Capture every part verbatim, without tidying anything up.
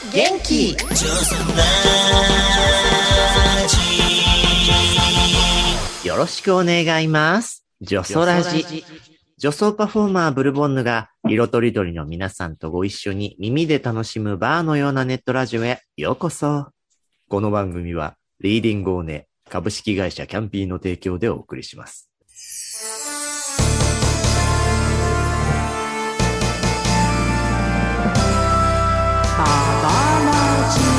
元気よろしくお願いします。ジョソラジ。女装パフォーマーブルボンヌが色とりどりの皆さんとご一緒に耳で楽しむバーのようなネットラジオへようこそ。この番組はリーディングオーネ株式会社キャンピーの提供でお送りします。ババラジ。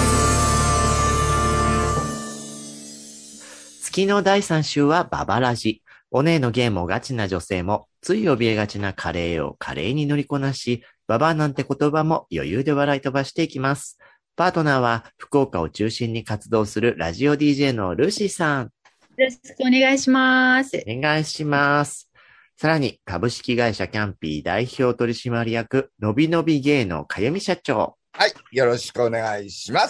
月のだいさん週はババラジ。お姉のゲームをガチな女性も、つい怯えがちなカレーを華麗に乗りこなし、ババアなんて言葉も余裕で笑い飛ばしていきます。パートナーは福岡を中心に活動するラジオ ディージェー のルーシーさん。よろしくお願いします。 お願いします。さらに株式会社キャンピー代表取締役、のびのび芸のかゆみ社長。 はい、よろしくお願いします。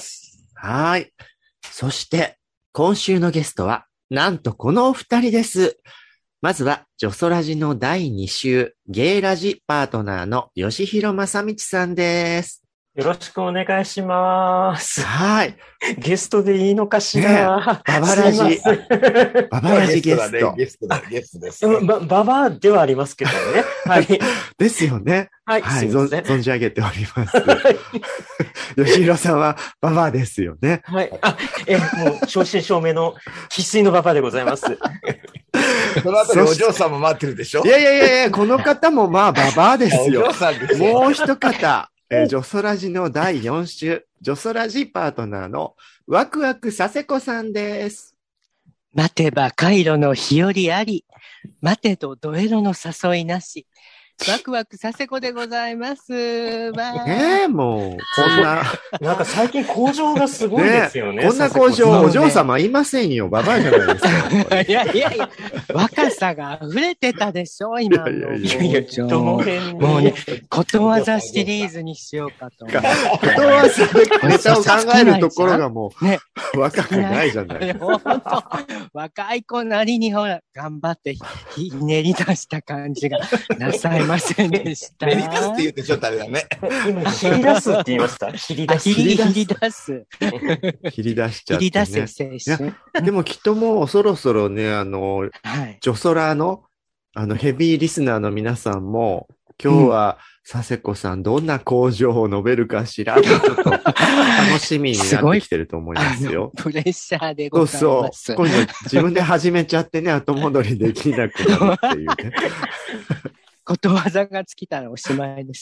はい。そして、今週のゲストは、なんとこのお二人です。まずは、ジョソラジのだいに週、ゲイラジパートナーの吉弘正道さんです。 よろしくお願いします。 はい。 ゲストでいいのかしら、ね、 ババラジ。ババラジゲスト。 ゲストだ、ゲストです、 ね。バババではありますけどね。はい。 ですよね。 はい。 はい。存, 存じ上げております。吉弘さんはババですよね。 はい。あ、え、もう、正真正銘の生粋のババでございます。 その後にお嬢さんも待ってるでしょ。 いやいやいやいや、この方もまあババですよ。 お嬢さんですよ。 もう一方。えー、ジョソラジのだいよん週、ジョソラジパートナーのワクワクさせこさんです。 待てばカイロの日和あり、待てとドエロの誘いなし、ワクワクさせこでございます。わねえ、もう、こんな。 なんか最近工場がすごいですよね。 ねこんな工場、お嬢様いませんよ。ババアじゃないですか。 いやいやいや、若さが溢れてたでしょ、今の。 いやいやいや、ちょもうね、ことわざシリーズにしようかと。 ことわざでネタを考えるところがもう、ね、若くないじゃない。 本当若い子なりにほら、頑張ってひねり出した感じがなさいませんでした。 練り出すって言ってちょっとあれだね。 今、切り出すって言いました切り出す。 切り出す。 切り出しちゃって、ね。 切り出せ、青春。 でもきっともうそろそろね、あの、はい、ジョソラの、あの、ヘビーリスナーの皆さんも、今日は、佐世子さん、どんな工場を述べるかしらと、ちょっと、楽しみになってきてると思いますよ。 プレッシャーでございます。 そうそう。今度自分で始めちゃってね、後戻りできなくなるっていうね。 ことわざが尽きたらおしまいです。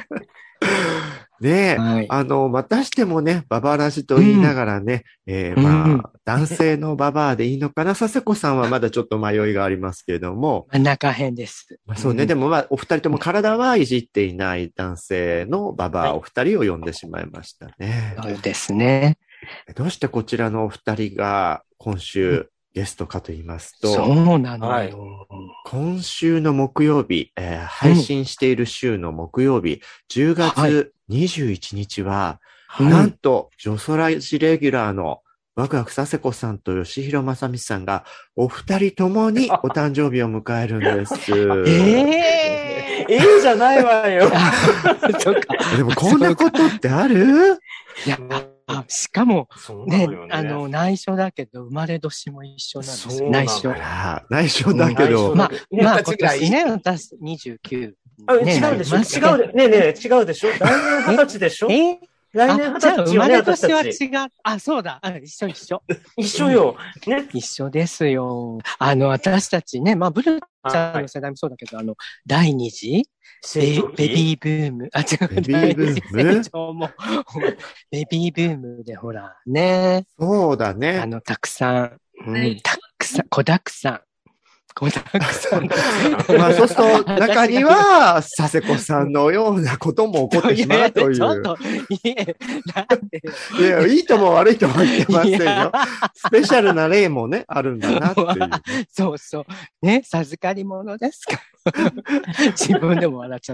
ねえ、はい、あの、またしてもね、ババラジと言いながらね、うん、えー、まあ、うん、男性のババアでいいのかな、佐世子さんはまだちょっと迷いがありますけれども。 真ん中辺です。 まあ、そうね、うん、でもまあ、お二人とも体はいじっていない男性のババアお二人を呼んでしまいましたね。 はい、そうですね。 どうしてこちらのお二人が今週、ゲストかと言いますと。 そうなのよ、はい。 今週の木曜日、えー、配信している週の木曜日、うん、じゅうがつにじゅういちにちは、はい、なんと、ジョソラジレギュラーのワクワクさせこさんと吉弘正道さんが、お二人ともにお誕生日を迎えるんです。 ええー、ええじゃないわよ。 でもこんなことってある？ いや、あしかも、ね、ね、あの、内緒だけど、生まれ年も一緒なんですよ。内緒。 内緒だけど。 まあ、まあ、今年ね、私にじゅうきゅう。 あ、違うでしょ違う。ねえねえ、違うでしょ来年二十歳でしょえ来年二十歳よね、私たち。 生まれ年は違う。あ、そうだ。一緒一緒。 一緒よ。ね。 一緒ですよ。あの、私たちね、まあ、ブルちゃんの世代もそうだけど、あの、第二次ベビーブーム。あ、違う。 ベビーブームもベビーブームでほら、ね。 そうだね。 あの、たくさん、うん、たくさん、子だくさん。子だくさん。 まあ、そうすると、中には、佐世子さんのようなことも起こってしまうという。 ちょっと、いえ、なんで。 いや、いいとも悪いとも言ってませんよ。スペシャルな例もね、あるんだなっていう。 そうそう。ね、授かり物ですか。自分でも笑っちゃった。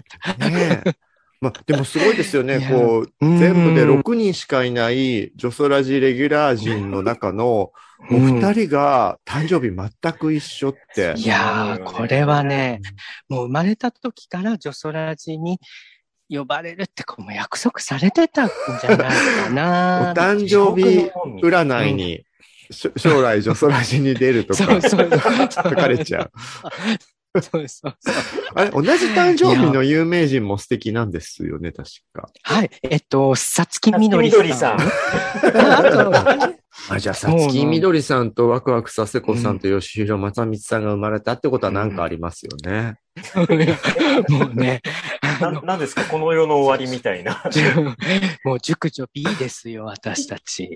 ねえ。まあ、でもすごいですよね。こう、全部でろくにんしかいないジョソラジレギュラー陣の中のお二人が誕生日全く一緒って。 いやー、これはね、もう生まれた時からジョソラジに呼ばれるってこうもう約束されてたんじゃないかな。 お誕生日占いに、し将来女装ラジに出るとかそうそう書かれちゃう。 そうそうそう。 あれ、同じ誕生日の有名人も素敵なんですよね、確か。 はい。えっと、さつきみどりさん。 さん。 あと、 あ、じゃあ、さつきみどりさんとワクワクさせこさんと吉弘正光さんが生まれたってことはなんかありますよね。 もうね。 な、なんですかこの世の終わりみたいな。 もう熟女 B ですよ、私たち。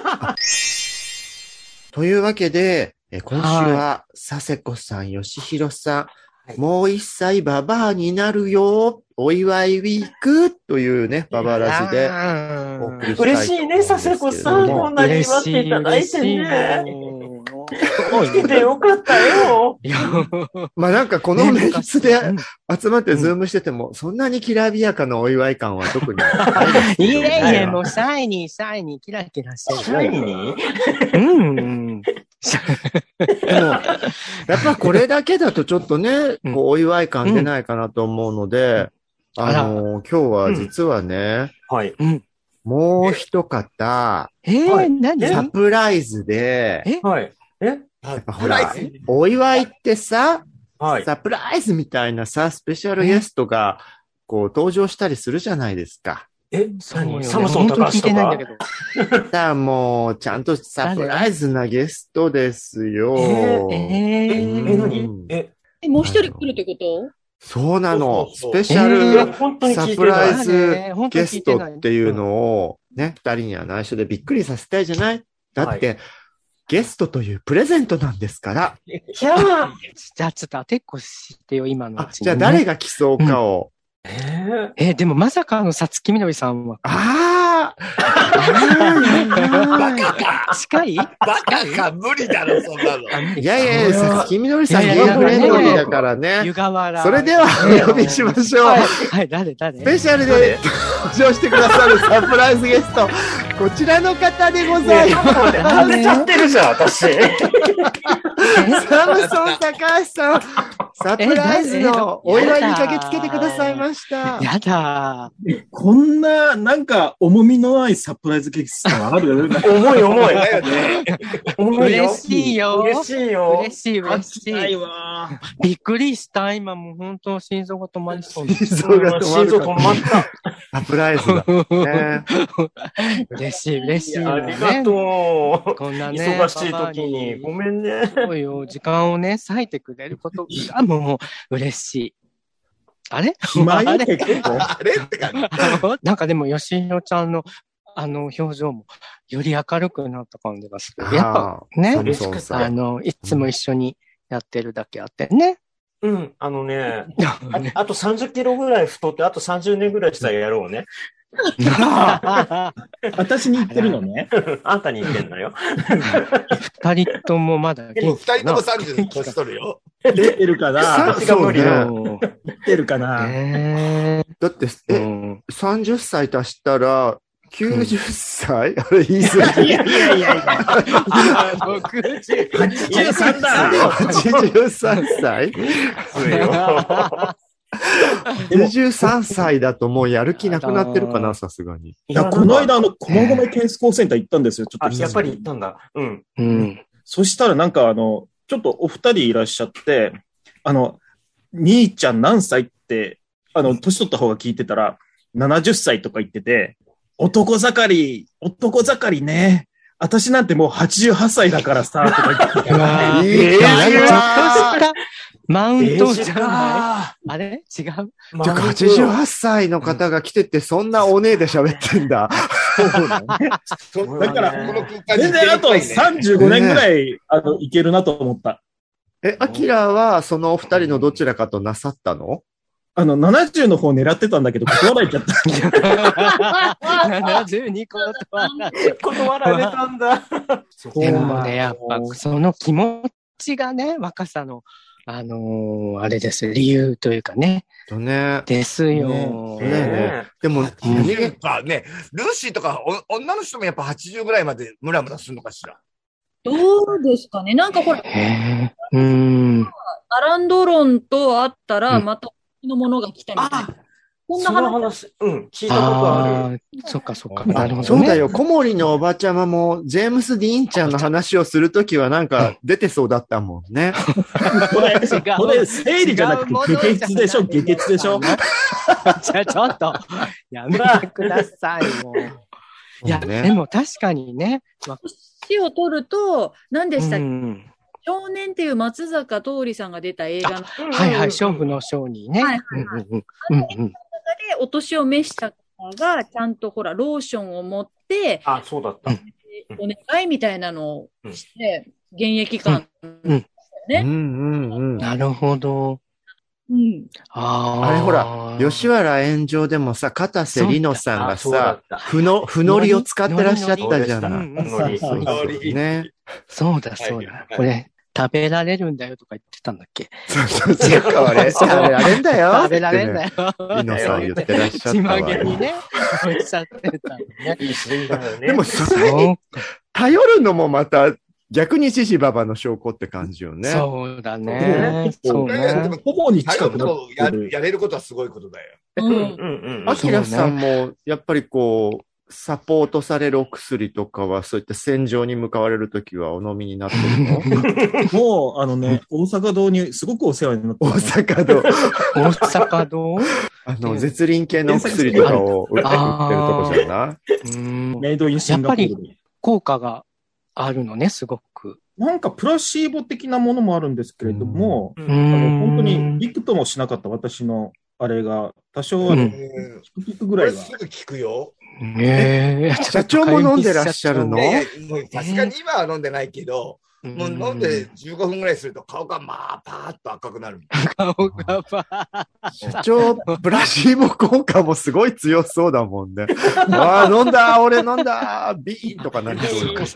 というわけで、え今週は、佐世子さん、吉弘さん、はい、もう一歳ババアになるよ、お祝いウィークというね、ババアラジでお送りしたいと思うんですけれども。 嬉しいね、佐世子さん。こんなに祝っていただいてね。来ててよかったよ。 まあなんかこのメンツで集まってズームしてても、そんなにきらびやかなお祝い感は特にないですいえいえ、もうシャイニー、シャイニー、キラキラしてる。 シャイニーうん。 でも、やっぱこれだけだとちょっとね、こうお祝い感出ないかなと思うので、うん、あのー、今日は実はね、 うん、はい。 もう一方、 えー、はい、何サプライズで、 えはい。えほら、お祝いってさ、 はい、 サプライズみたいなさ、スペシャルゲストが、こう、登場したりするじゃないですか。 え、何サムソン高橋とか。 さあ、もう、ちゃんとサプライズなゲストですよ。 えー、えー、え、何え、え、もう一人来るってこと？ そうなの。スペシャルサプライズゲストっていうのを、ね、二人には内緒でびっくりさせたいじゃないだって、はい、ゲストというプレゼントなんですから。 じゃあ、じゃあちょっと当てっこしてよ、今のうちに、ね。 じゃあ誰が来そうかを。 うん、えー、えー、でもまさかあの、さつきみどりさんは。 ああバカか近いバカか無理だろ、そんなの。 いやいやいや、さつきみどりさんゲームフレンドリーだからね。 湯河原。 それではお呼びしましょう。 はい、はい、誰誰スペシャルで登場してくださるサプライズゲスト、こちらの方でございます。 当てちゃってるじゃん、私。 サムソン高橋さん、サプライズのお祝いに駆けつけてくださいました。 やだー。こんな、なんか、重みのないサプライズゲストはあるよね。 重い重い。だよね。 重いよ。嬉しいよ。 嬉しいよ。 嬉しい、嬉しい。 ないわ。 びっくりした。今もう本当心臓が止まりそう。 心臓が心臓止まった。 サプライズだ。ね、 嬉しい、嬉しい、ね。 ありがとう。 こんなね。 忙しい時に。ごめんね。 そうよ。時間をね、割いてくれることがもう嬉しい。あれ暇よ、結構。 あれって感じ。 なんかでも、よしひろちゃんの、あの、表情も、より明るくなった感じがする。やっぱ、ね。あの、いつも一緒にやってるだけあってね。 うん、あのね、あ, あとさんじゅっキロぐらい太って、あとさんじゅうねんぐらいしたらやろうね。 私に言ってるのね。 あんたに言ってんのよ。 二人ともまだ元気かな。 でも二人ともさんじゅう年取るよ。 言ってるかな。 私が無理だ。 言ってるかな。 えー、だって、え、うん、さんじゅっさい足したら、きゅうじゅっさい、うん、あれ言い過ぎ。 いやいやいやいや。はちじゅうさんだ。 はちじゅうさんさいにじゅうさんさいだともうやる気なくなってるかな、さすがに。 いや、この間、あの、駒込健康センター行ったんですよ、ちょっと。 やっぱり行ったんだ。うん。 うん。 そしたらなんかあの、ちょっとお二人いらっしゃって、あの、兄ちゃん何歳って、あの、年取った方が聞いてたら、ななじゅっさいとか言ってて、男盛り、男盛りね。私なんてもうはちじゅうはっさいだからさ、とか言って。 いいやいやマウントじゃない、あれ違うてかはちじゅうはっさいの方が来てて、そんなお姉で喋ってんだ。 だから、全然あとさんじゅうごねんぐらい、ね、あの、いけるなと思った。 え、アキラはそのお二人のどちらかとなさったの？ あの、ななじゅうの方狙ってたんだけど、断られちゃった。 ななじゅうに断られ断られたんだ。 でもね、やっぱ、その気持ちがね、若さの、あのー、あれです、理由というかね。 とね。 ですよ。 ねねねでも、 何かね、ルーシーとかお女の人もやっぱはちじゅうぐらいまでムラムラするのかしら。 どうですかね。なんかほら、 うん。 アランドロンと会ったら、またのものが来たみたいな。 こんな話、 うん、聞いたことある。 あそっかそっか。なるほど、ね。 そうだよ。小森のおばちゃまも、ジェームス・ディーンちゃんの話をするときはなんか出てそうだったもんね。 これ、これ、生理じゃなくて、下血でしょ、下血でしょ。 じゃあちょっと、やめてください、もう。いや、ね、でも確かにね。 年を取ると、何でしたっけ、 うん、 少年っていう松坂桃李さんが出た映画の。 はいはい、勝負の勝にね。はいはいはい。 あの中でお年を召した方が、ちゃんとほら、ローションを持って、 あ、そうだった。 お願いみたいなのをして、現役感、 ね。 うんうんうん。 なるほど。 うん、 あ, あれほら、吉原炎上でもさ、片瀬里乃さんがさ、ふの、ふのりを使ってらっしゃったじゃない。ね。 そうだそうだ。これ、食べられるんだよとか言ってたんだっけ。 そうそう、違うか、あれ。食べられんだよ。 食べられんだよ。 里乃さん言ってらっしゃったわ。 ちまげにね、おっしゃってたね。 でも、それに頼るのもまた、逆にシシババの証拠って感じよね。 そうだね。そうね。 ほぼに近くなやる、やれることはすごいことだよ。 うんうんうん。アキラさんも、やっぱりこう、サポートされるお薬とかは、そういった戦場に向かわれるときはお飲みになってるのもう、あのね、大阪堂にすごくお世話になって大阪堂。 大阪堂あの、絶倫系のお薬とかを売ってるとこじゃないメイドインシンガポール。 やっぱり効果があるのね、すごく。 なんかプラシーボ的なものもあるんですけれども、あの本当にびくともしなかった私のあれが、多少はね、効くぐらいは。 すぐ効くよ。 えー、社長も飲んでらっしゃるの？ さすがに今は飲んでないけど、もう飲んでじゅうごふんぐらいすると顔がまあパーッと赤くなる。 顔がパーッ。 社長、プラシーボ効果もすごい強そうだもんね。ああ、飲んだ俺飲んだビーンとかなりそうか。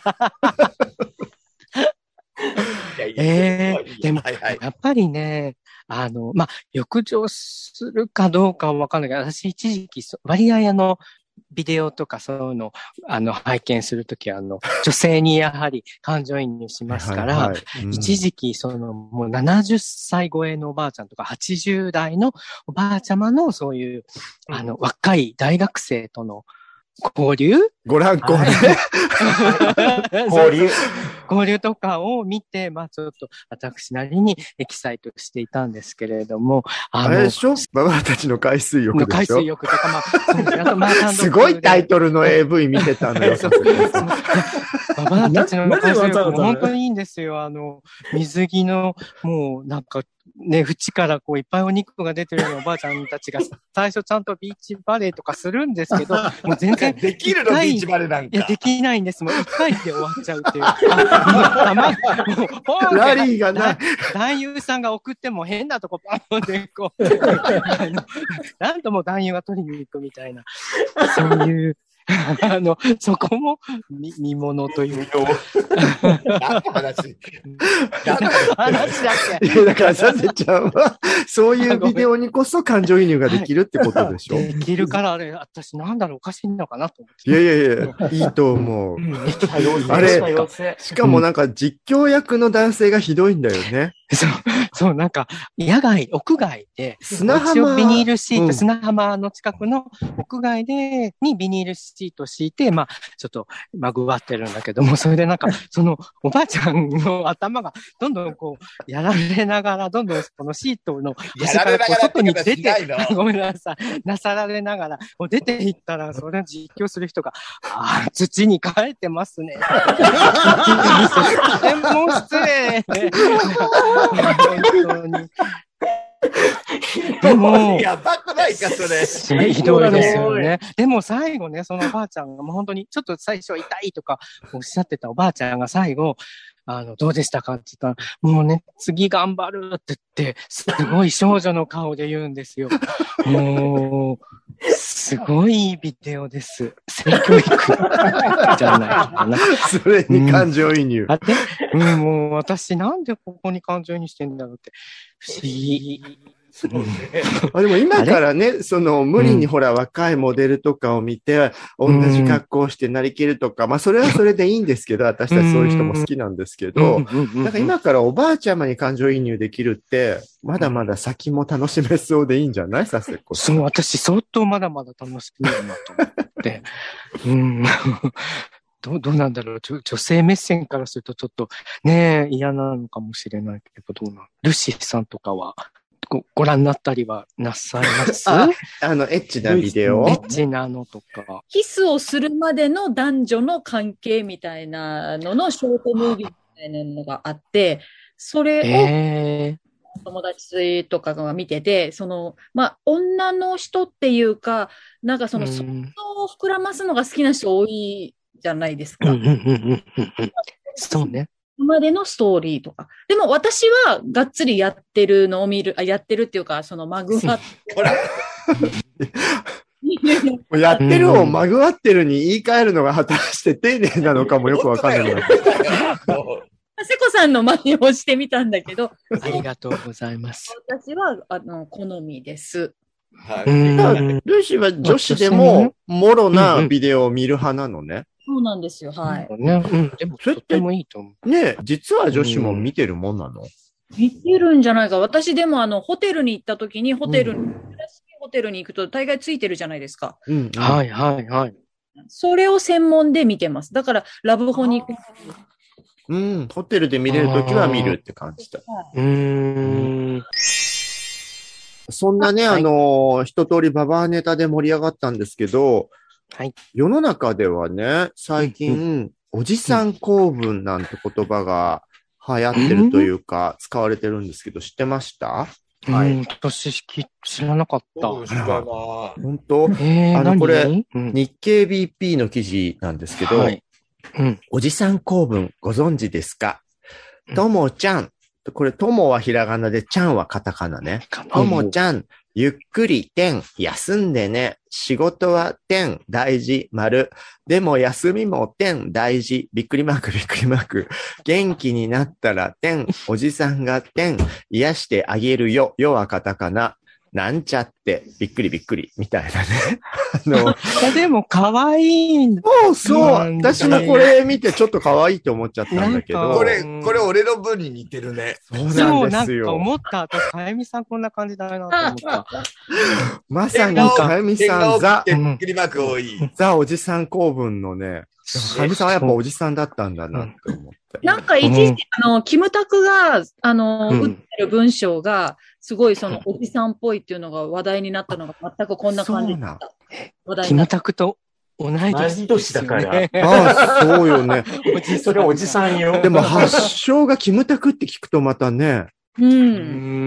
ええー、でも、はいはい、やっぱりね、あの、まあ、浴場するかどうかはわかんないけど、私一時期、割合あの、ビデオとかそういうの、あの、拝見するときは、あの、女性にやはり感情移入しますから、はいはい、うん、一時期、その、もうななじゅっさい超えのおばあちゃんとか、はちじゅう代のおばあちゃまの、そういう、あの、若い大学生との交流ご覧こね。 交流交流とかを見て、まあちょっと私なりにエキサイトしていたんですけれども、 あの、あれでしょババアたちの海水浴でしょ海水浴とか、まあ、あとまあすごいタイトルの エーブイ 見てたのよ。 ババアたちの海水浴も本当にいいんですよ。あの、水着の、もうなんか、ね、縁からこういっぱいお肉が出てるようなおばあちゃんたちが最初ちゃんとビーチバレーとかするんですけど、もう全然。 できるのビーチバレーなんか。 いや、できないんです。もう一回で終わっちゃうっていう。あまもうラリーがない。 男優さんが送っても変なとこパンでこう、なんとも男優が取りに行くみたいな、そういう。あの、そこも見、見物というか。 何の話何の話だっけいや、だからさせちゃんは、そういうビデオにこそ感情移入ができるってことでしょ、はい、 できるからあれ、私なんだろうおかしいのかなと思って。 いやいやいや、いいと思う。あれ、しかもなんか実況役の男性がひどいんだよね。 そう、そう、なんか、野外、屋外で、 砂浜、 ビニールシート、うん、砂浜の近くの屋外で、にビニールシート敷いて、まあ、ちょっと、まぐわってるんだけども、それでなんか、その、おばあちゃんの頭が、どんどんこう、やられながら、どんどんこのシートの端からこう外に出て、ごめんなさい、なさられながら、こう出ていったら、それを実況する人が、ああ、土に帰ってますね。とても失礼ね。本当に。でも、 やばくないか、それ。 ひどいですよね。でも最後ね、そのおばあちゃんがもう本当に、ちょっと最初は痛いとかおっしゃってたおばあちゃんが最後、あの、どうでしたかって言ったら、もうね、次頑張るって言って、すごい少女の顔で言うんですよ。もう、すごいビデオです。性教育じゃないかな。 それに感情移入。 うん、あって、うん、もう私なんでここに感情移入してんだろうって、不思議。 あでも今からね、その無理にほら若いモデルとかを見て、同じ格好をしてなりきるとか、まあそれはそれでいいんですけど、私たちそういう人も好きなんですけど、なんか今からおばあちゃまに感情移入できるって、まだまだ先も楽しめそうでいいんじゃない佐世子さん。 そう、私相当まだまだ楽しめるなと思って。うんどう、どうなんだろう女。女性目線からするとちょっとね、嫌なのかもしれないけど、どうなのルシーさんとかはご、ご覧になったりはなさいますあ、あの、エッチなビデオエッチなのとか。 キスをするまでの男女の関係みたいなののショートムービーみたいなのがあって、それを、 えー友達とかが見てて、その、まあ、女の人っていうか、なんかその、想像を膨らますのが好きな人多いじゃないですか。 そうね。 までのストーリーとか。でも私はがっつりやってるのを見る、あやってるっていうか、そのマグワほら。 やってるをまぐわってるに言い換えるのが果たして丁寧なのかもよくわかんない。 せこさんの真似をしてみたんだけど。 ありがとうございます。 私は、あの、好みです。 はい。 ルーシーは女子でも、もろなビデオを見る派なのね。 そうなんですよ、はい。 ね、うん、でも、とってもいいと思う。ね実は女子も見てるもんなの、 見てるんじゃないか。私でも、あの、ホテルに行った時に、ホテルに、新しいホテルに行くと大概ついてるじゃないですか。 うん。 はい、はい、はい。 それを専門で見てます。だから、ラブホに行く。 うん、ホテルで見れるときは見るって感じだ。 うーん。 そんなね、はい、あの、一通りババアネタで盛り上がったんですけど、 はい。 世の中ではね、最近、うん、おじさん構文なんて言葉が流行ってるというか、うん、使われてるんですけど、知ってました？ はい。私、知らなかった。 知らない。 本当？ えー、 あの、これ、 うん、 日経 ビーピー の記事なんですけど、はいうん、 おじさん構文ご存知ですか？ともちゃん。これ、ともはひらがなで、ちゃんはカタカナね。ともちゃん、ゆっくり、てん、休んでね。仕事は、てん、大事、丸。でも、休みも、てん、大事。びっくりマーク、びっくりマーク。元気になったら、てん、おじさんが、てん、癒してあげるよ。よはカタカナ。なんちゃって、びっくりびっくり、みたいなね。あの、 いやでも可愛いんだ。 そうそう。私もこれ見てちょっと可愛いと思っちゃったんだけど。 これ、これ俺の文に似てるね。 そうなんですよ。 そう、なんか思った。私、かゆみさんこんな感じだなと思った。 まさにかゆみさん、ザ、 びっくりマーク多い。 ザおじさん構文のね、かゆみさんはやっぱおじさんだったんだなって思って。 なんか一時、あの、キムタクが、あの、打ってる文章が、すごいそのおじさんっぽいっていうのが話題になったのが全くこんな感じだった。 話題になった。キムタクと同い年、ね。 同い年だから。 ああ、そうよね。 それおじさんよ。 でも発祥がキムタクって聞くとまたね。 うん。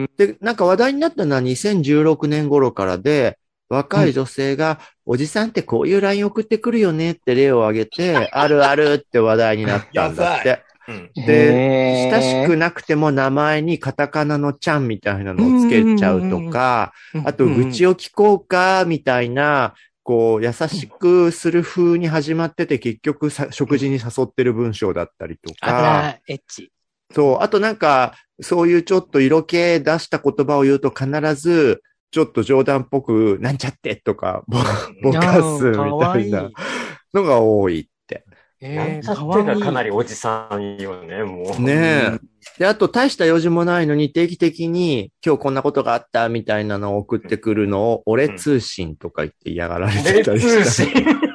で、なんか話題になったのはにせんじゅうろくねん頃からで、若い女性が、おじさんってこういう ライン 送ってくるよねって例を挙げて、あるあるって話題になったんだって。で、親しくなくても名前にカタカナのちゃんみたいなのをつけちゃうとか、あと愚痴を聞こうかみたいな、こう優しくする風に始まってて結局さ食事に誘ってる文章だったりとか。 あら、エッチ。 そう。あとなんか、そういうちょっと色気出した言葉を言うと必ず、ちょっと冗談っぽく、なんちゃってとか、ぼ、ぼかすみたいなのが多いって。 えー、なんちゃってがかなりおじさんよね、もう。 ねえ。で、あと、大した用事もないのに定期的に、今日こんなことがあったみたいなのを送ってくるのを、俺通信とか言って嫌がられてたりした。 俺通信。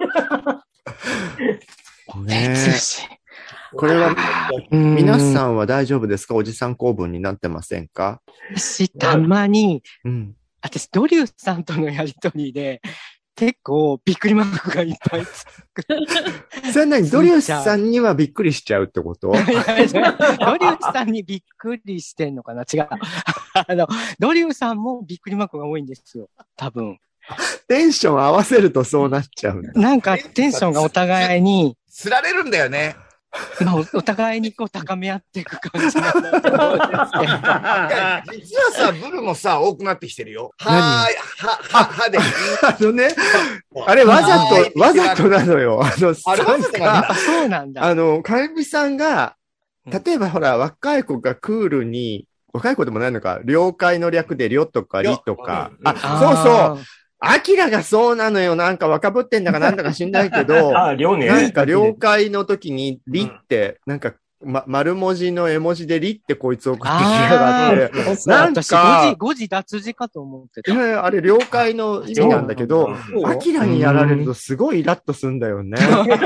ねえ。これは、皆さんは大丈夫ですか？おじさん構文になってませんか？ 私、たまに、 うん、 私、ドリューさんとのやりとりで、結構、びっくりマークがいっぱいつく。 それなに、ドリューさんにはびっくりしちゃうってこと？ドリューさんにびっくりしてんのかな？違う。あの、ドリューさんもびっくりマークが多いんですよ。多分。 テンション合わせるとそうなっちゃうんだ。 なんか、テンションがお互いに。 釣られるんだよね。 まあ、お互いにこう高め合っていく感じなんだと思うんですけど。実はさ、ブルもさ、多くなってきてるよ。はーい、は、は、はで。 あのね、あれわざと、わざとなのよ。あの、 あれわざとなんだ。 そうなんだ。 あの、かゆみさんが、例えばほら、若い子がクールに若い子でもないのか、了解の略でりょとかりとか。 うんあ、そうそう。アキラがそうなのよ。なんか若ぶってんだかなんだか知んないけど、 あ、りょうね。 なんか了解の時にりって、なんか、ま、丸文字の絵文字でりってこいつ送ってきやがって、なんか、 私ごじ、ごじ脱字かと思ってた。 いやいや、あれ了解の意味なんだけど、アキラにやられるとすごいイラッとすんだよね。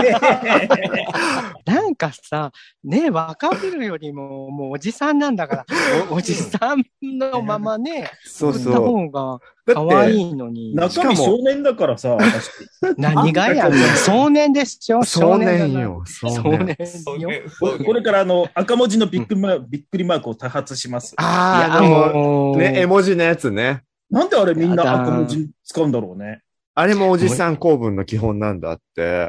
なんかさ、ね、若ぶるよりも、もうおじさんなんだから、お, おじさんのままね、 そうそう。 送った方が可愛いのに。 中身少年だからさ、 何がやねん。少年でしょ少年よ。少年よ。 これからあの、赤文字のびっくりマーク、びっくりマークを多発します。 ああ、もう、ね、絵文字のやつね。 なんであれみんな赤文字使うんだろうね。 あれもおじさん構文の基本なんだって。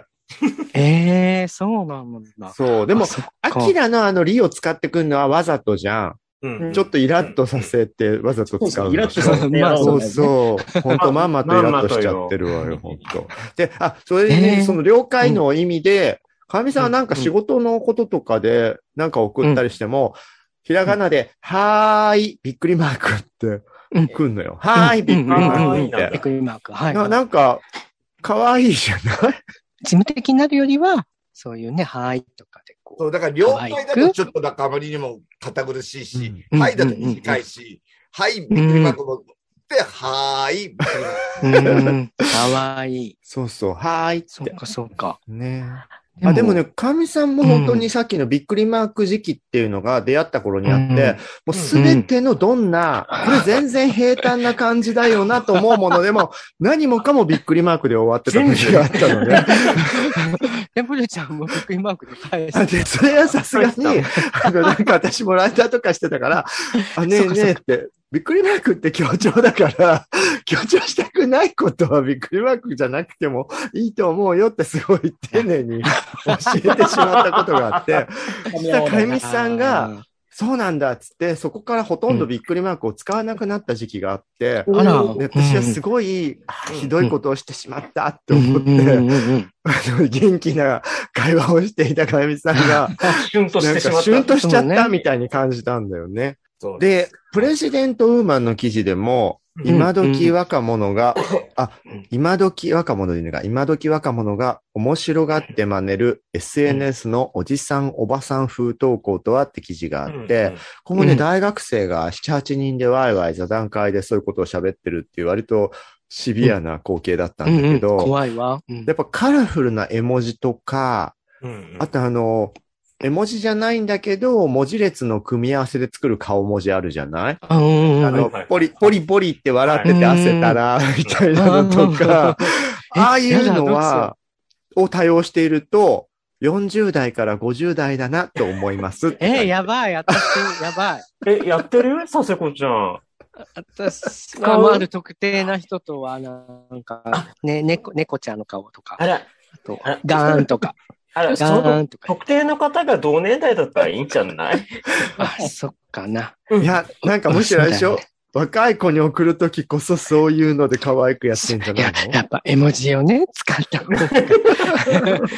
ええー、そうなんだ。 そう。でも、アキラのあのリを使ってくるのはわざとじゃん。うん、ちょっとイラッとさせてわざと使うの。 イラッとさせて。 そうそう。本当まんまとイラッとしちゃってるわよ、本当。で、あ、それに、ね、その了解の意味で、かみさんはなんか仕事のこととかでなんか送ったりしても、うん、ひらがなで、はーい、びっくりマークって来んのよ。うん、はーい、びっくりマークって。 びっくりマーク。はい。 な, なんか、かわいいじゃない事務的になるよりは、そういうね、はーいとかでこう。 そう、だから了解だとちょっとなんかあまりにも堅苦しいし、うん、はいだと短いし、うん、はい、びっくりマークも、で、はーい、びっくりマーク。 かわいい。 そうそう、はーいって。 そうか、そうか。 ねであでもね、かみさんも本当にさっきのびっくりマーク時期っていうのが出会った頃にあって、うん、もうすべてのどんな、これ全然平坦な感じだよなと思うものでも、何もかもびっくりマークで終わってた時があったので。 で、ブルちゃんもびっくりマークで返して。で、それはさすがに、あの、なんか私もライターとかしてたから、あ、ねえねえって、びっくりマークって強調だから、強調したくないことはびっくりマークじゃなくてもいいと思うよってすごい丁寧に教えてしまったことがあって、そしたらかゆみさんが、そうなんだっつって、そこからほとんどびっくりマークを使わなくなった時期があって、うん、私はすごい、うん、ひどいことをしてしまったって思って、元気な会話をしていたかゆみさんが、 シュンとしてしまった。 シュンとしちゃったみたいに感じたんだよね。で、プレジデントウーマンの記事でも、今時若者が、うんうん、あ、今時若者でいうのが、今時若者が面白がって真似る エスエヌエス のおじさん、おばさん風投稿とはって記事があって、うんうん、ここもね、大学生がなな、はちにんでワイワイ座談会でそういうことを喋ってるっていう割とシビアな光景だったんだけど、 うんうん、怖いわ、 うん。やっぱカラフルな絵文字とか、うんうん、あとあの、絵文字じゃないんだけど、文字列の組み合わせで作る顔文字あるじゃない？あの、ポリ、ポリポリって笑ってて汗たら、みたいなのとか、ああいうのは、を多用していると、よんじゅう代からごじゅう代だなと思います。 え、やばい、私、やばい。 え、やってる佐世子ちゃん。 私は、ある特定な人とは、なんか、ね、猫、猫ちゃんの顔とか。 あら。 あと、ガーンとか。 あら、その特定の方が同年代だったらいいんじゃないあ、そっかな。 いや、なんかむしろあれでしょ、ね、若い子に送るときこそそういうので可愛くやってんじゃないの？ いや、やっぱ絵文字をね、使った方が、なんか、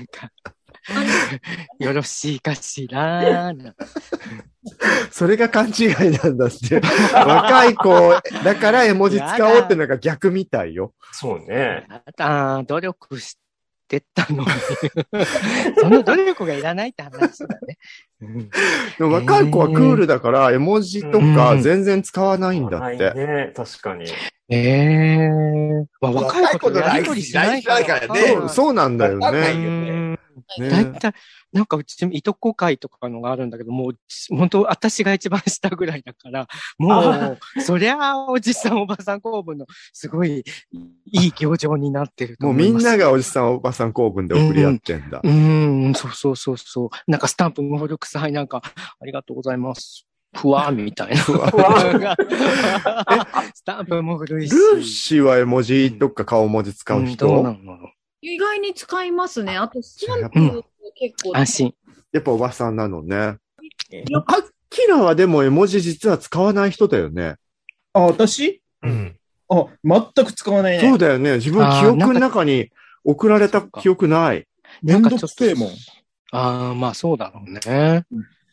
よろしいかしら。 それが勘違いなんだって。若い子だから絵文字使おうってのが逆みたいよ。 そうね。 ああ、努力して、ってったのにその努力がいらないって話だね。 でも若い子はクールだから絵文字とか全然使わないんだって。 うん、ね、確かに。 ええー。まあ、若い子とやりとりしないからね。 そう、そうなんだよね。 ね、だいたい、なんかうち、いとこ会とかのがあるんだけど、もう、本当私が一番下ぐらいだから、もう、そりゃあ、おじさん、おばさん公文の、すごい、いい行情になってると思います。 もうみんながおじさん、おばさん公文で送り合ってんだ。 うん、うん、そうそうそうそう。なんかスタンプも古臭い、なんか、ありがとうございます。ふわみたいな。ふわスタンプも古いし。 ルーシーは絵文字とか顔文字使う人、うん、どうなの？ 意外に使いますね。あと、スタンプ結構。 安心。 やっぱおばさんなのね。アキラはでも絵文字実は使わない人だよね。 あ、私？うん。あ、全く使わないね。 そうだよね。自分記憶の中に送られた記憶ない。 めんどくせえもん。 ああ、まあそうだろうね。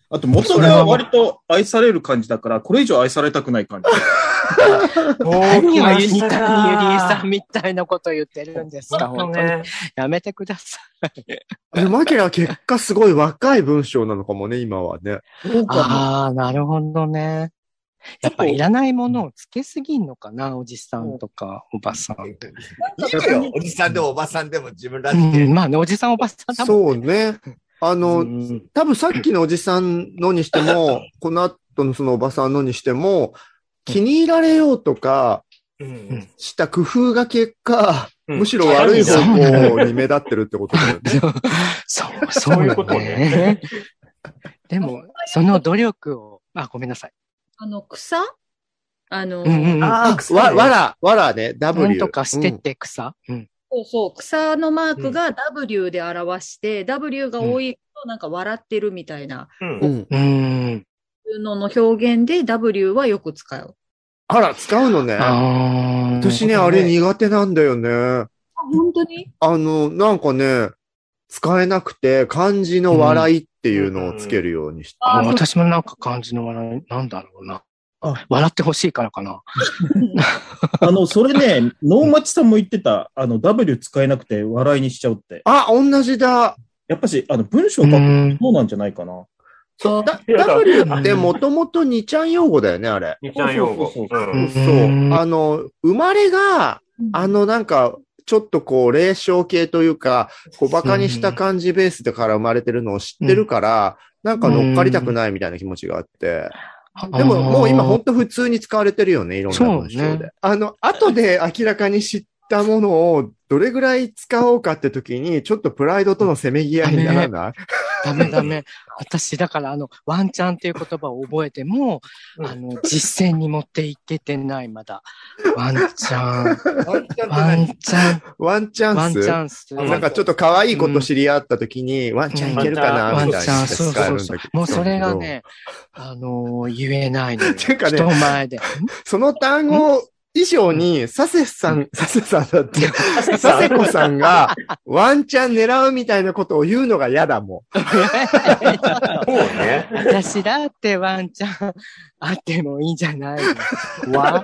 あと元が割と愛される感じだから、これ以上愛されたくない感じ。 何を似たにゆりえさんみたいなこと言ってるんですか、本当に。やめてください。 でも、マキラは結果すごい若い文章なのかもね、今はね。 ああ、なるほどね。やっぱいらないものをつけすぎんのかな、おじさんとかおばさんって。いいよ、おじさんでもおばさんでも自分らしく。 うん、まあね、おじさんおばさんだもんね。 そうね。あの、多分さっきのおじさんのにしても、この後のそのおばさんのにしても、気に入られようとか、した工夫が結果、うん、むしろ悪い方向に目立ってるってことだよね。 そう、そういうことね。でも、その努力を、あ、ごめんなさい。 あの、草あの、 うんうん、 あ、草、ね。わ、わら、わらね、W。 なんとかしてって草。うん、 そうそう、草のマークが W で表して、うん、W が多いとなんか笑ってるみたいな。うん。うん。のの表現で W はよく使う。 あら、使うのね。私ね、あれ苦手なんだよね。あ、 本当に？ あの、なんかね、使えなくて、漢字の笑いっていうのをつけるようにして。 うんうん、あ、私もなんか漢字の笑い、なんだろうな。あ、笑ってほしいからかな。 あの、それね、能町さんも言ってた、あの、W 使えなくて笑いにしちゃうって。 あ、同じだ。 やっぱし、あの、文章書くのそうなんじゃないかな。 そう。W ってもともとにちゃん用語だよね、あれ。 にちゃん用語。 そう。あの、生まれが、あの、なんか、ちょっとこう、霊障系というか、こう、馬鹿にした漢字ベースでから生まれてるのを知ってるから、なんか乗っかりたくないみたいな気持ちがあって。でも、もう今ほんと普通に使われてるよね、いろんな文章で。ね、あの、後で明らかに知ったものをどれぐらい使おうかって時に、ちょっとプライドとのせめぎ合いにならない？ ダメダメ。私、だから、あの、ワンチャンっていう言葉を覚えても、うん、あの、実践に持っていけてない、まだ。ワンチャン。ワンチャン。 ワンチャンス。 ワンチャンス。 なんかちょっと可愛い子と知り合った時に、うん、ワンチャンいけるかな、みたいな。ワンチャン、 そうそうそう。もうそれがね、あのー、言えないのよ。ていうかね、人前で。 その単語、以上に、サセさん、サセさんだって、サセコさんがワンチャン狙うみたいなことを言うのが嫌だもん。 そうね。 私だってワンチャンあってもいいんじゃないわ。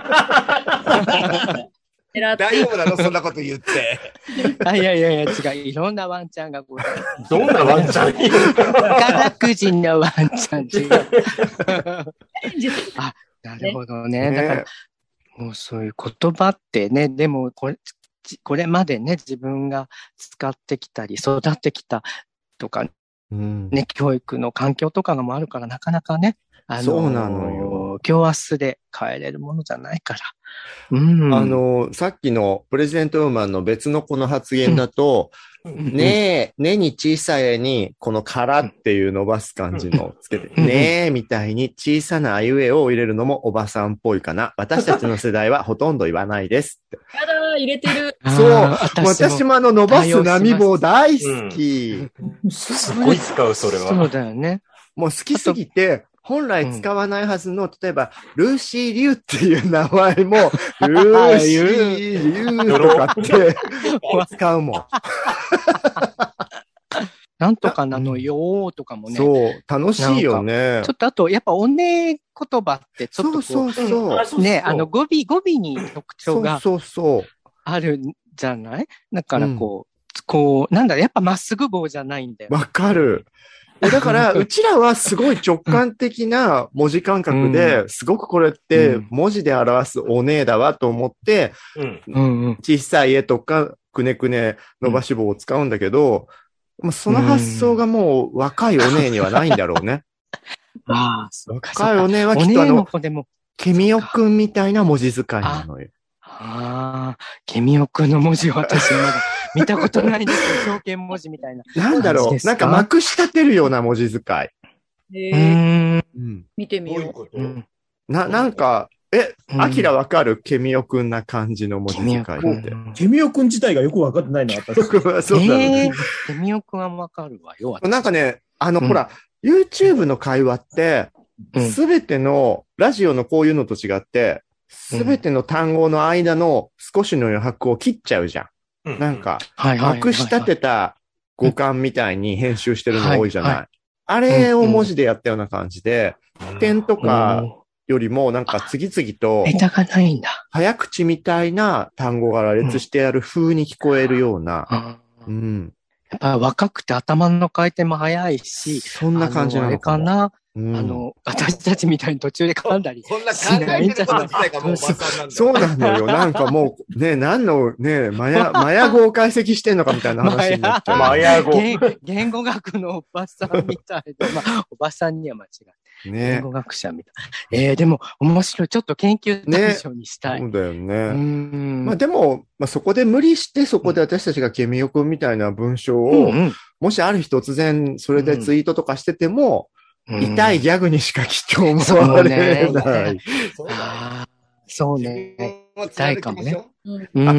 大丈夫なのそんなこと言って。 あ、いやいやいや、違う。いろんなワンチャンがございます。どんなワンチャン宝くじのワンチャン違う。あ、なるほどね。ねだからもうそういう言葉ってね、でもこれ、これまでね、自分が使ってきたり、育ってきたとか、うん、ね、教育の環境とかがもあるから、なかなかね、あの、 そうなのよ。 今日明日で変えれるものじゃないから。うん、 あの、さっきのプレゼントウーマンの別のこの発言だと、うん、ねえ、ねに小さい絵に、このからっていう伸ばす感じのをつけて、うん、ねえみたいに小さなあいうえを入れるのもおばさんっぽいかな。私たちの世代はほとんど言わないですって。 やだー、入れてる。 そう。私もあの伸ばす波棒大好き、 うん。すごい使う、それは。 そうだよね。 もう好きすぎて、本来使わないはずの、うん、例えば、ルーシー・リュウっていう名前も、ルーシー・リュウとかって使うもん。 なんとかなのよーとかもね。 そう、楽しいよね。 ちょっとあと、やっぱおね言葉ってちょっとこう、 そうそうそう。 ね、あの語尾、語尾に特徴がそうそうあるんじゃないだからこう、うん、こう、なんだろ、やっぱまっすぐ棒じゃないんだよ。 わかる。だから、うちらはすごい直感的な文字感覚で、うん、すごくこれって文字で表すおねえだわと思って、うん、小さい絵とかくねくね伸ばし棒を使うんだけど、もうその発想がもう若いおねえにはないんだろうね。 ああ、そうか。 若いおねえはきっとあの、ケミオくんみたいな文字遣いなのよ。 ああ、ケミオくんの文字は私まだ見たことないですよ。表現文字みたいな。 なんだろう、なんかまくし立てるような文字遣い。へえ。うん。見てみよう。 どういうこと？ な、なんか、え、アキラわかる？ケミオくんな感じの文字遣いって。 ケミオくん自体がよくわかってないな、私。 そうだね。 ケミオくんはわかるわよ。 なんかね、あの、ほら、YouTube の会話って、すべての、ラジオのこういうのと違って、すべての単語の間の少しの余白を切っちゃうじゃん。なんか、まくし立てた語感みたいに編集してるの多いじゃない。 あれを文字でやったような感じで、点とかよりもなんか次々と、 ネタがないんだ。 早口みたいな単語が羅列してある風に聞こえるような。うん。 やっぱ若くて頭の回転も早いし、 そんな感じなのかな。 あの、私たちみたいに途中で噛んだり。 そんな考えてること自体がもうおばさんなんだ。 そうなのよ。なんかもう、ね、何のね、マヤ、マヤ語を解析してんのかみたいな話になっちゃう。 マヤ語。 言語学のおばさんみたいな。まあ、おばさんには間違い。ね。言語学者みたい。えー、でも面白い。ちょっと研究対象にしたい。 ね、そうだよね。うん。まあでも、まあそこで無理してそこで私たちがケミオ君みたいな文章を、うんうん、もしある日突然それでツイートとかしてても、うん、痛いギャグにしかきっと思われない。 そうね。痛いかもね。 うん。あ、うん。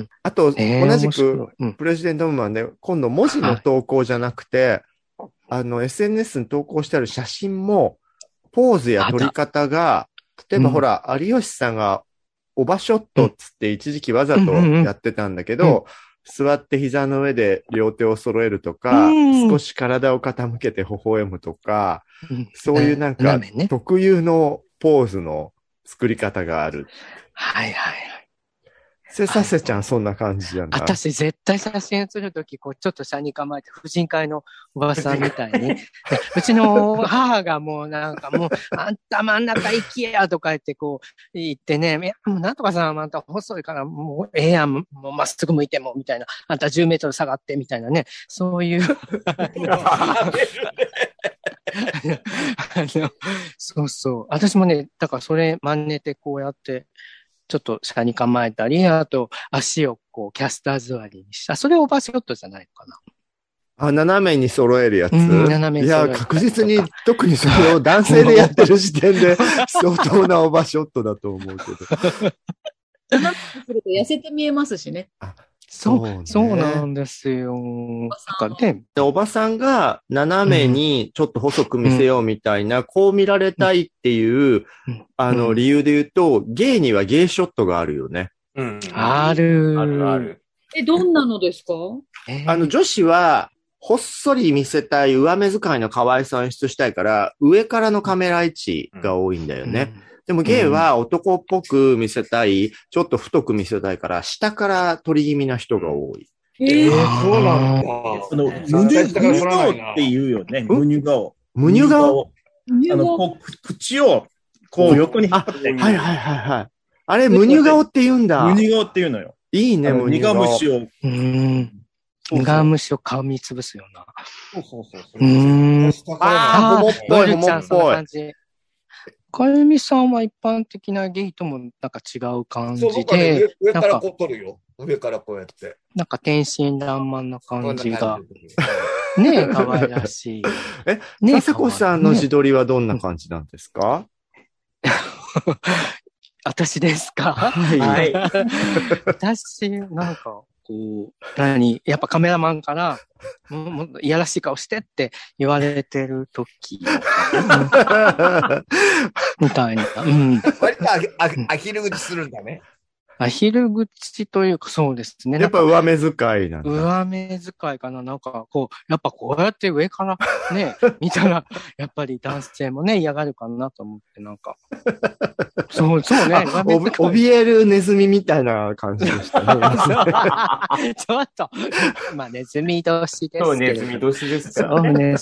あと、えー、同じく、プレジデントウーマンで、今度文字の投稿じゃなくて、はい、あの、エスエヌエス に投稿してある写真も、ポーズや撮り方が、例えばほら、うん、有吉さんが、オバショットっつって一時期わざとやってたんだけど、うんうんうん、座って膝の上で両手を揃えるとか、うん、少し体を傾けて微笑むとか、うん、そういうなんか、ね、特有のポーズの作り方がある。 はいはいはい。 せさせちゃんそんな感じじゃない？ 私絶対写真写るとき、こうちょっと車に構えて婦人会のおばさんみたいに。うちの母がもうなんかもう、あんた真ん中行きやとか言ってこう言ってね、いやもうなんとかさんあんた細いからもうええやん、もうまっすぐ向いてもみたいな、あんたじゅうメートル下がってみたいなね、そういう。あのそうそう。私もね、だからそれ真似てこうやって、ちょっと下に構えたり、あと足をこうキャスター座りにした。それオーバーショットじゃないのかな。 あ、斜めに揃えるやつ、うん、 斜めに揃える。いや、確実に、特にそれを男性でやってる時点で相当なオーバーショットだと思うけど。 斜めにすると痩せて見えますしね。 あそう、ね、そうなんですよ。なんかね。 おばさんが斜めにちょっと細く見せようみたいな、うん、こう見られたいっていう、うん、あの、理由で言うと、ゲイにはゲイショットがあるよね。 うん。ある。 あるある。 え、どんなのですか？ えー、あの、女子は、ほっそり見せたい、上目遣いの可愛さを演出したいから、上からのカメラ位置が多いんだよね。うんでもゲイは男っぽく見せたい、ちょっと太く見せたいから、下から取り気味な人が多い。 ええー、そうなんだ。 あの、むにゅ顔って言うよね。むにゅ顔。 むにゅ顔あの、こう、口を、こう横に引っ張って。 はいはいはいはい。あれ、むにゅ顔って言うんだ。 むにゅ顔って言うのよ。 いいね、 むにゅ顔。苦虫を。 うん。苦虫を顔みつぶすような。 そうそうそう。 うん。 ああ、ほもっぽい、ほもっぽい。 かゆみさんは一般的なゲイともなんか違う感じで。そう、僕はね、上からこう取るよ。上からこうやって。 なんか天真爛漫な感じが。ねえ、可愛らしい。 え、ね佐世子さんの自撮りはどんな感じなんですか？ 私ですか？ はい。 私、なんか、こう、何やっぱカメラマンから、もう、もういやらしい顔してって言われてる時みたいな。うん。 割とアアヒル口するんだね。 アヒル口というか、そうですね。 やっぱ上目遣いなんだ。 上目遣いかな。なんか、こう、やっぱこうやって上からね、見たら、やっぱり男性もね、嫌がるかなと思って、なんか。そう、そうね。 おびえるネズミみたいな感じでしたね。ちょっと。まあ、ネズミ年ですけど。 そう、ネズミ年ですからね。そうです。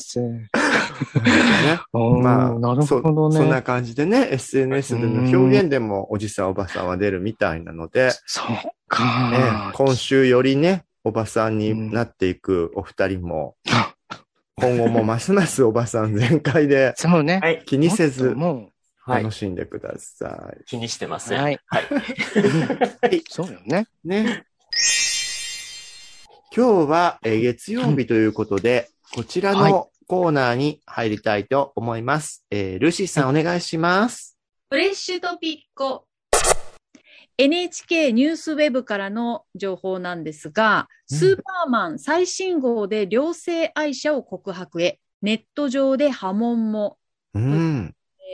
まあ、なるほどね。そんな感じでね、エスエヌエス での表現でもおじさんおばさんは出るみたいなので、 そうか、 ね。今週よりね、おばさんになっていくお二人も、うん、今後もますますおばさん全開で、 そうね。 気にせず、楽しんでください。はい、 気にしてません。 はい。はい。そうよね。 ね。今日は、えー、月曜日ということで、こちらのコーナーに入りたいと思います。えー、ルーシーさんお願いします。 フレッシュトピッコ。エヌエイチケー ニュースウェブからの情報なんですが、スーパーマン最新号で両性愛者を告白へ、ネット上で波紋も。 うん。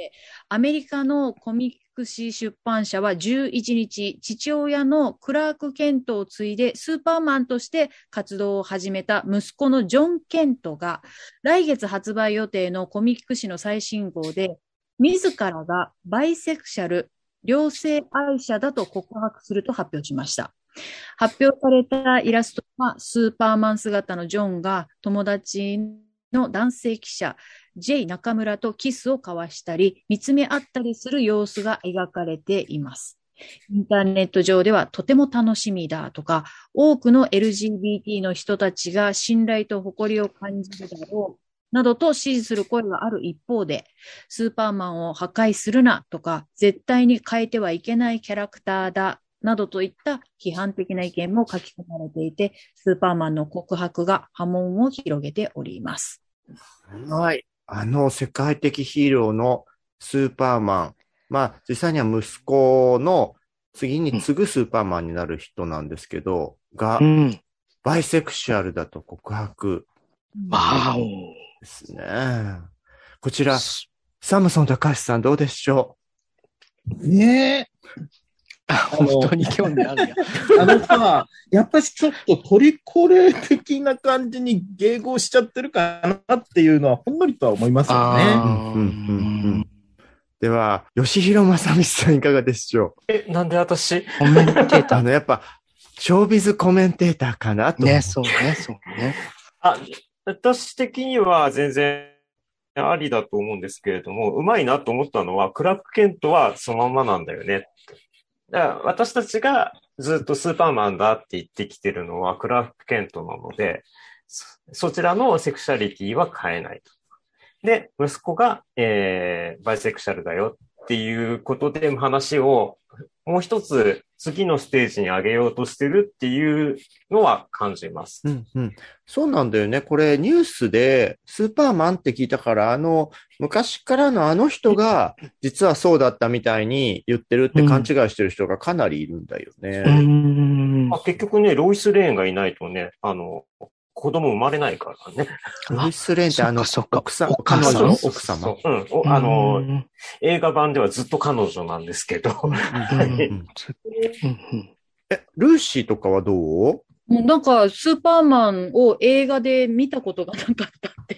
アメリカのコミック誌出版社はじゅういちにち、父親のクラーク・ケントを継いでスーパーマンとして活動を始めた息子のジョン・ケントが来月発売予定のコミック誌の最新号で自らがバイセクシャル、両性愛者だと告白すると発表しました。発表されたイラストはスーパーマン姿のジョンが友達の男性記者 ジェイ 中村とキスを交わしたり見つめ合ったりする様子が描かれています。インターネット上ではとても楽しみだとか、多くの エルジービーティー の人たちが信頼と誇りを感じるだろうなどと支持する声がある一方で、スーパーマンを破壊するなとか、絶対に変えてはいけないキャラクターだなどといった批判的な意見も書き込まれていて、スーパーマンの告白が波紋を広げております。 はい。あの世界的ヒーローのスーパーマン。まあ、実際には息子の次に次ぐスーパーマンになる人なんですけど、が、うん、バイセクシャルだと告白。 わお。 ですね。こちら、サムソン高橋さんどうでしょう？ねえ。 本当に興味あるや。 あのさ、やっぱりちょっとトリコレ的な感じに迎合しちゃってるかなっていうのはほんのりとは思いますよね。うんうんうんうん、 では、吉弘正道さんいかがでしょう？ え、なんで私コメンテーター。 あの、やっぱ、ショービズコメンテーターかなと。 ね、そうね、そうね。 あ、私的には全然ありだと思うんですけれども、うまいなと思ったのは、クラーク・ケントはそのままなんだよね。だから私たちがずっとスーパーマンだって言ってきてるのはクラーク・ケントなので、そ, そちらのセクシャリティは変えないと。で、息子が、えー、バイセクシャルだよっていうことで話をもう一つ次のステージに上げようとしてるっていうのは感じます。 うんうん。そうなんだよね。これニュースでスーパーマンって聞いたから、あの、昔からのあの人が実はそうだったみたいに言ってるって勘違いしてる人がかなりいるんだよね。 うんまあ、結局ね、ロイス・レーンがいないとね、あの、子供生まれないからね。 ロイス・レーンってあの、奥さん、 彼女の奥様。 うん。あの、映画版ではずっと彼女なんですけど。 え、ルーシーとかはどう？ なんか、スーパーマンを映画で見たことがなかったって。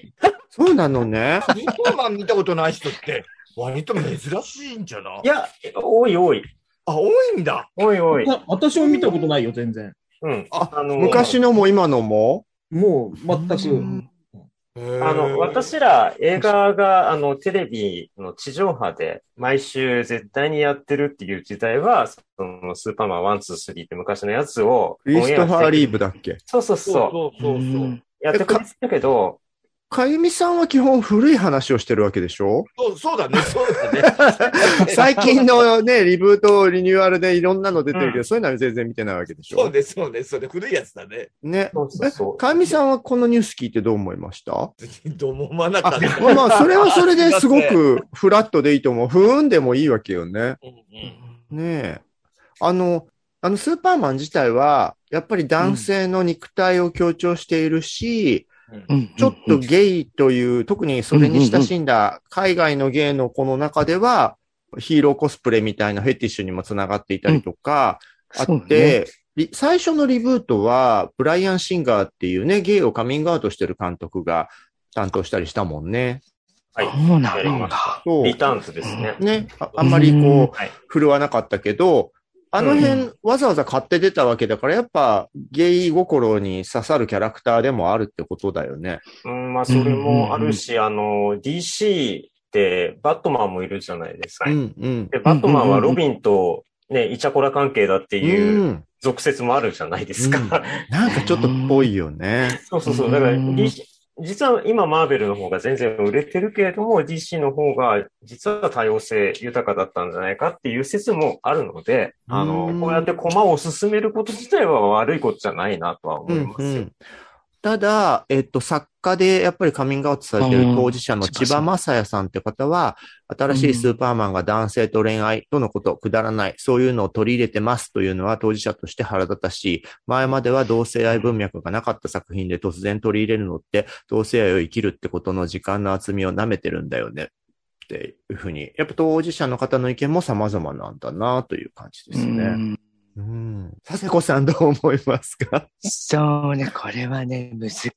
そうなのね。 スーパーマン見たことない人って、割と珍しいんじゃない？ いや、多い多い。 あ、多いんだ。 多い多い。 私も見たことないよ、全然。 うん。 あ、あのー、昔のも今のももう、全く。 あの、私ら映画が、あの、テレビの地上波で毎週絶対にやってるっていう時代は、そのスーパーマンワン、ツー、スリーって昔のやつを。 イーストファーリーブだっけ？ そうそうそう。 そうそうそう。 やってくれてたけど、 かゆみさんは基本古い話をしてるわけでしょ？ そう、そうだね、そうだね。最近のね、リブート、リニューアルでいろんなの出てるけど、うん、そういうのは全然見てないわけでしょ？ そうです、そうです、そうです。古いやつだね。 ね。 そうそうそう。 かゆみさんはこのニュース聞いてどう思いました？ どうも思わなかった。 まあまあ、それはそれですごくフラットでいいと思う。ふーんでもいいわけよね。うんうん、ねえ。あの、あの、スーパーマン自体は、やっぱり男性の肉体を強調しているし、うん、ちょっとゲイという、特にそれに親しんだ海外のゲイの子の中では、ヒーローコスプレみたいなフェティッシュにもつながっていたりとか、あって、ね、最初のリブートは、ブライアン・シンガーっていうね、ゲイをカミングアウトしてる監督が担当したりしたもんね。 はい。 そうなんだ。 そう。リターンズですね。 ね。あ, あんまりこう、振るわなかったけど、あの辺、うん、わざわざ買って出たわけだから、やっぱ、ゲイ心に刺さるキャラクターでもあるってことだよね。 うん、まあ、それもあるし、うん、あの、ディーシー ってバットマンもいるじゃないですか。 うんうん、 でバットマンはロビンとね、イチャコラ関係だっていう俗説もあるじゃないですか。うん、 なんかちょっとっぽいよね。 そうそうそう。だから、ディーシー、実は今マーベルの方が全然売れてるけれども ディーシー の方が実は多様性豊かだったんじゃないかっていう説もあるので、あの、こうやってコマを進めること自体は悪いことじゃないなとは思いますよ。うんうん、 ただ、えっと、作家でやっぱりカミングアウトされている当事者の千葉正也さんって方は、新しいスーパーマンが男性と恋愛とのこと、くだらない、そういうのを取り入れてますというのは当事者として腹立たしい。前までは同性愛文脈がなかった作品で突然取り入れるのって、同性愛を生きるってことの時間の厚みを舐めてるんだよね。っっていうふうに、やっぱ当事者の方の意見も様々なんだなという感じですね。うんうん。佐世子さんどう思いますか？ そうね、これはね、難しい。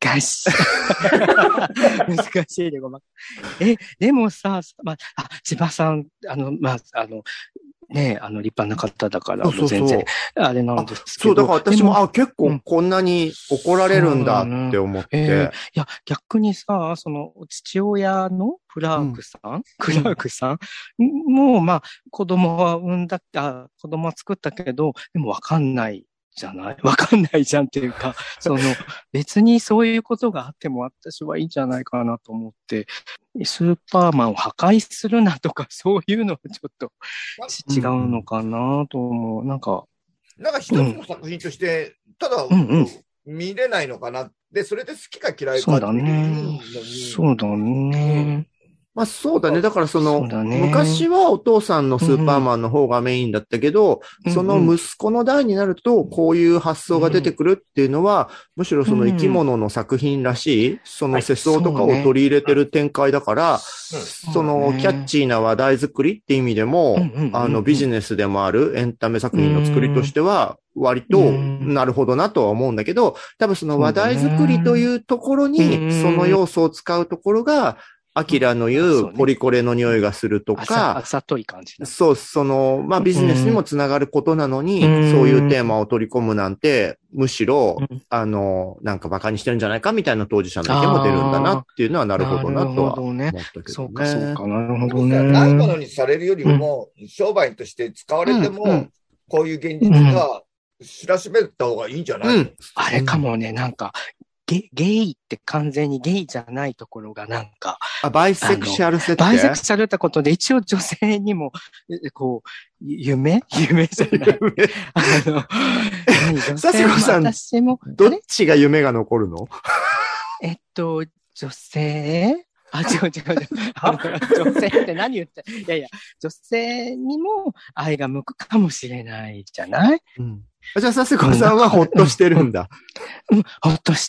難しいでごま。え、でもさ、まあ、あ、千葉さん、あの、まあ、あの、ねあの、立派な方だから、もう全然、あれなんですけど。 そう、だから私も、もあ、結構こんなに怒られるんだって思って。 えー、いや、逆にさ、その、父親のクラークさん、うん、クラークさんもう、まあ、子供は産んだ、あ、子供は作ったけど、でもわかんない。じゃないわかんないじゃんっていうか、その、別にそういうことがあっても私はいいんじゃないかなと思って、スーパーマンを破壊するなとか、そういうのはちょっと違うのかなと思う。なんか。 なんか一つの作品として、うん、ただ、うんうん、見れないのかな。で、それで好きか嫌いかそうだね。そうだね。 まあそうだね。だからその、ね、昔はお父さんのスーパーマンの方がメインだったけど、うん、その息子の代になると、こういう発想が出てくるっていうのは、うん、むしろその生き物の作品らしい、その世相とかを取り入れてる展開だから、そのキャッチーな話題作りって意味でも、あのビジネスでもあるエンタメ作品の作りとしては、割と、なるほどなとは思うんだけど、多分その話題作りというところに、その要素を使うところが、アキラの言うポリコレの匂いがするとか、 あさとい感じ。 そう、その、まあビジネスにもつながることなのに、そういうテーマを取り込むなんて、むしろ、あの、なんか馬鹿にしてるんじゃないかみたいな当事者の意見も出るんだなっていうのはなるほどなとは思ったけどね。 そうか、そうか、なるほどね。 ないものにされるよりも、商売として使われても、こういう現実が知らしめた方がいいんじゃない、 あれかもね、なんか、ゲ, ゲイって完全にゲイじゃないところがなんか。 あ、バイセクシャル設定？ バイセクシャルってことで一応女性にも、こう、夢夢じゃない。あの、 佐世子さん、私もどっちが夢が残るの？ えっと、女性あ、違う違う違う。女性って何言って、いやいや、女性にも愛が向くかもしれないじゃない？うん。 じゃあ、佐世子さんはほっとしてるんだ。 うん、ほっとした。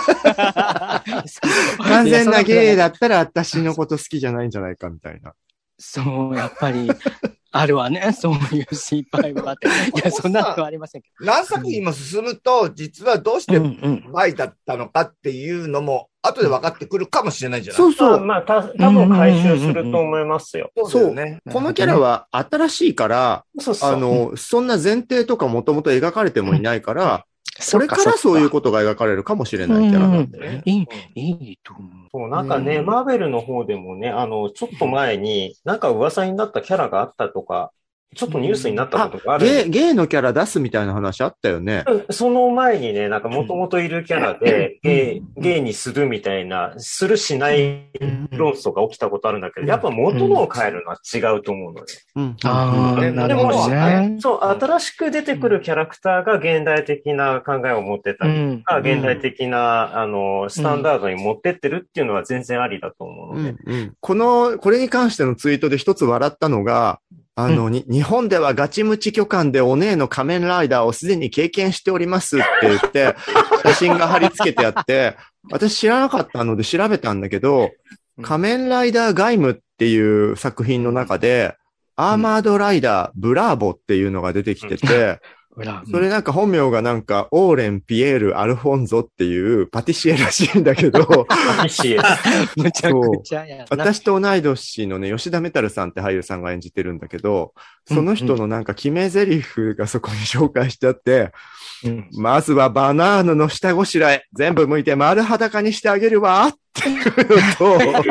完全なゲイだったら私のこと好きじゃないんじゃないかみたいな。 そう、やっぱり、あるわね。そういう心配はあって。いや、そんなことはありませんけど。 何作品も進むと、実はどうして愛だったのかっていうのも、後で分かってくるかもしれないじゃないですか。そうそう。 まあ、た、多分回収すると思いますよ。 そうね。このキャラは新しいから、そうそうあの、そんな前提とかもともと描かれてもいないから、それからそういうことが描かれるかもしれないキャラなんでね。 いい、いいと思う。 そう、なんかね、マーベルの方でもね、あの、ちょっと前に、なんか噂になったキャラがあったとか、ちょっとニュースになったことがある。 ゲイ、ゲイのキャラ出すみたいな話あったよね。 その前にね、なんかもともといるキャラで、ゲイ、ゲイにするみたいな、するしない論争が起きたことあるんだけど、やっぱ元のを変えるのは違うと思うので。 うん。ああ、なるほどね。 そう、新しく出てくるキャラクターが現代的な考えを持ってたりとか、現代的な、あの、スタンダードに持ってってるっていうのは全然ありだと思うので。 うんうん、この、これに関してのツイートで一つ笑ったのが、あの、うん、日本ではガチムチ巨漢でお姉の仮面ライダーをすでに経験しておりますって言って、写真が貼り付けてあって、私知らなかったので調べたんだけど、仮面ライダーガイムっていう作品の中で、アーマードライダーブラーボっていうのが出てきてて、それなんか本名がなんか、オーレン・ピエール・アルフォンゾっていうパティシエらしいんだけど、パティシエ。 むちゃくちゃやな。 私と同い年のね、吉田メタルさんって俳優さんが演じてるんだけど、その人のなんか決め台詞がそこに紹介してあって、うん、まずはバナーヌの下ごしらえ、全部剥いて丸裸にしてあげるわっていうのと、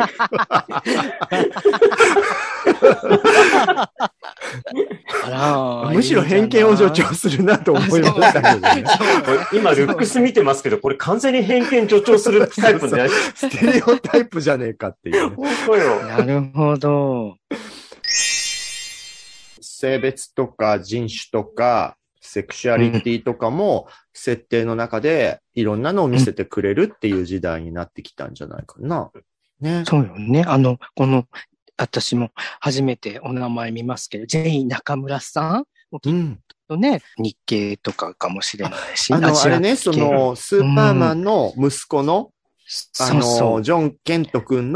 むしろ偏見を助長するなと思いましたけどね。 今、ルックス見てますけど、これ完全に偏見助長するタイプで。 ステレオタイプじゃねえかっていう、ね。 本当よ。 なるほど。 性別とか人種とか、セクシュアリティとかも設定の中でいろんなのを見せてくれるっていう時代になってきたんじゃないかな。ね。 そうよね。あの、この、私も初めてお名前見ますけど、ジェイ中村さんもきっとね、うん、日系とかかもしれないし。 あの、あれね、その、スーパーマンの息子の、うん、あの、そうそうジョン・ケント君の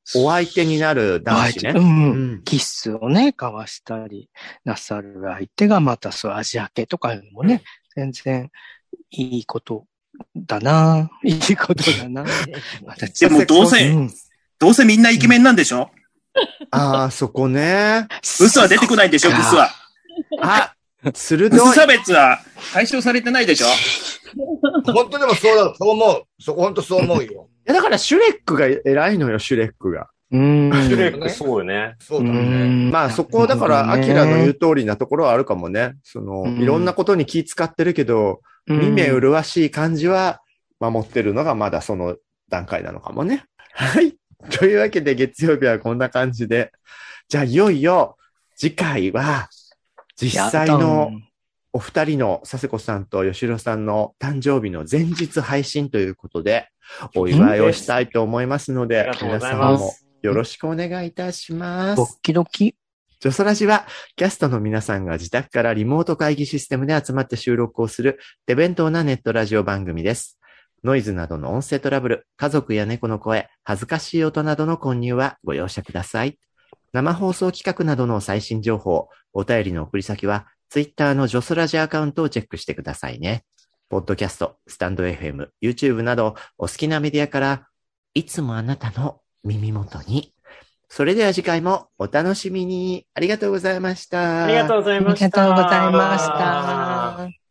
お相手になる男子ね。 うん。 うん、 キスをね、交わしたりなさる相手がまたそうアジア系とかいうのもね、全然いいことだな。いいことだな。 でもどうせ、うん、どうせみんなイケメンなんでしょ、 うん、ああ、そこね。 ブスは出てこないんでしょ、ブスは。 あ、鋭い。 ブス差別は解消されてないでしょ。 本当でもそうだ、そう思う。そこ本当そう思うよ。 いやだからシュレックが偉いのよ、シュレックが。 うん。シュレックそうよね。 そうだね。 まあそこだから、アキラの言う通りなところはあるかもね。その、いろんなことに気使ってるけど、見目麗しい感じは守ってるのがまだその段階なのかもね。はい。というわけで月曜日はこんな感じで。じゃあいよいよ次回は実際のお二人の佐世子さんと吉弘さんの誕生日の前日配信ということでお祝いをしたいと思いますので、皆様もよろしくお願いいたします。 ドッキドキ。 ジョソラジはキャストの皆さんが自宅からリモート会議システムで集まって収録をする手弁当なネットラジオ番組です。ノイズなどの音声トラブル、家族や猫の声、恥ずかしい音などの混入はご容赦ください。生放送企画などの最新情報、お便りの送り先はツイッターのジョソラジアカウントをチェックしてくださいね。ポッドキャスト、スタンド エフエム、YouTube などお好きなメディアからいつもあなたの耳元に。それでは次回もお楽しみに。ありがとうございました。 ありがとうございました。 ありがとうございました。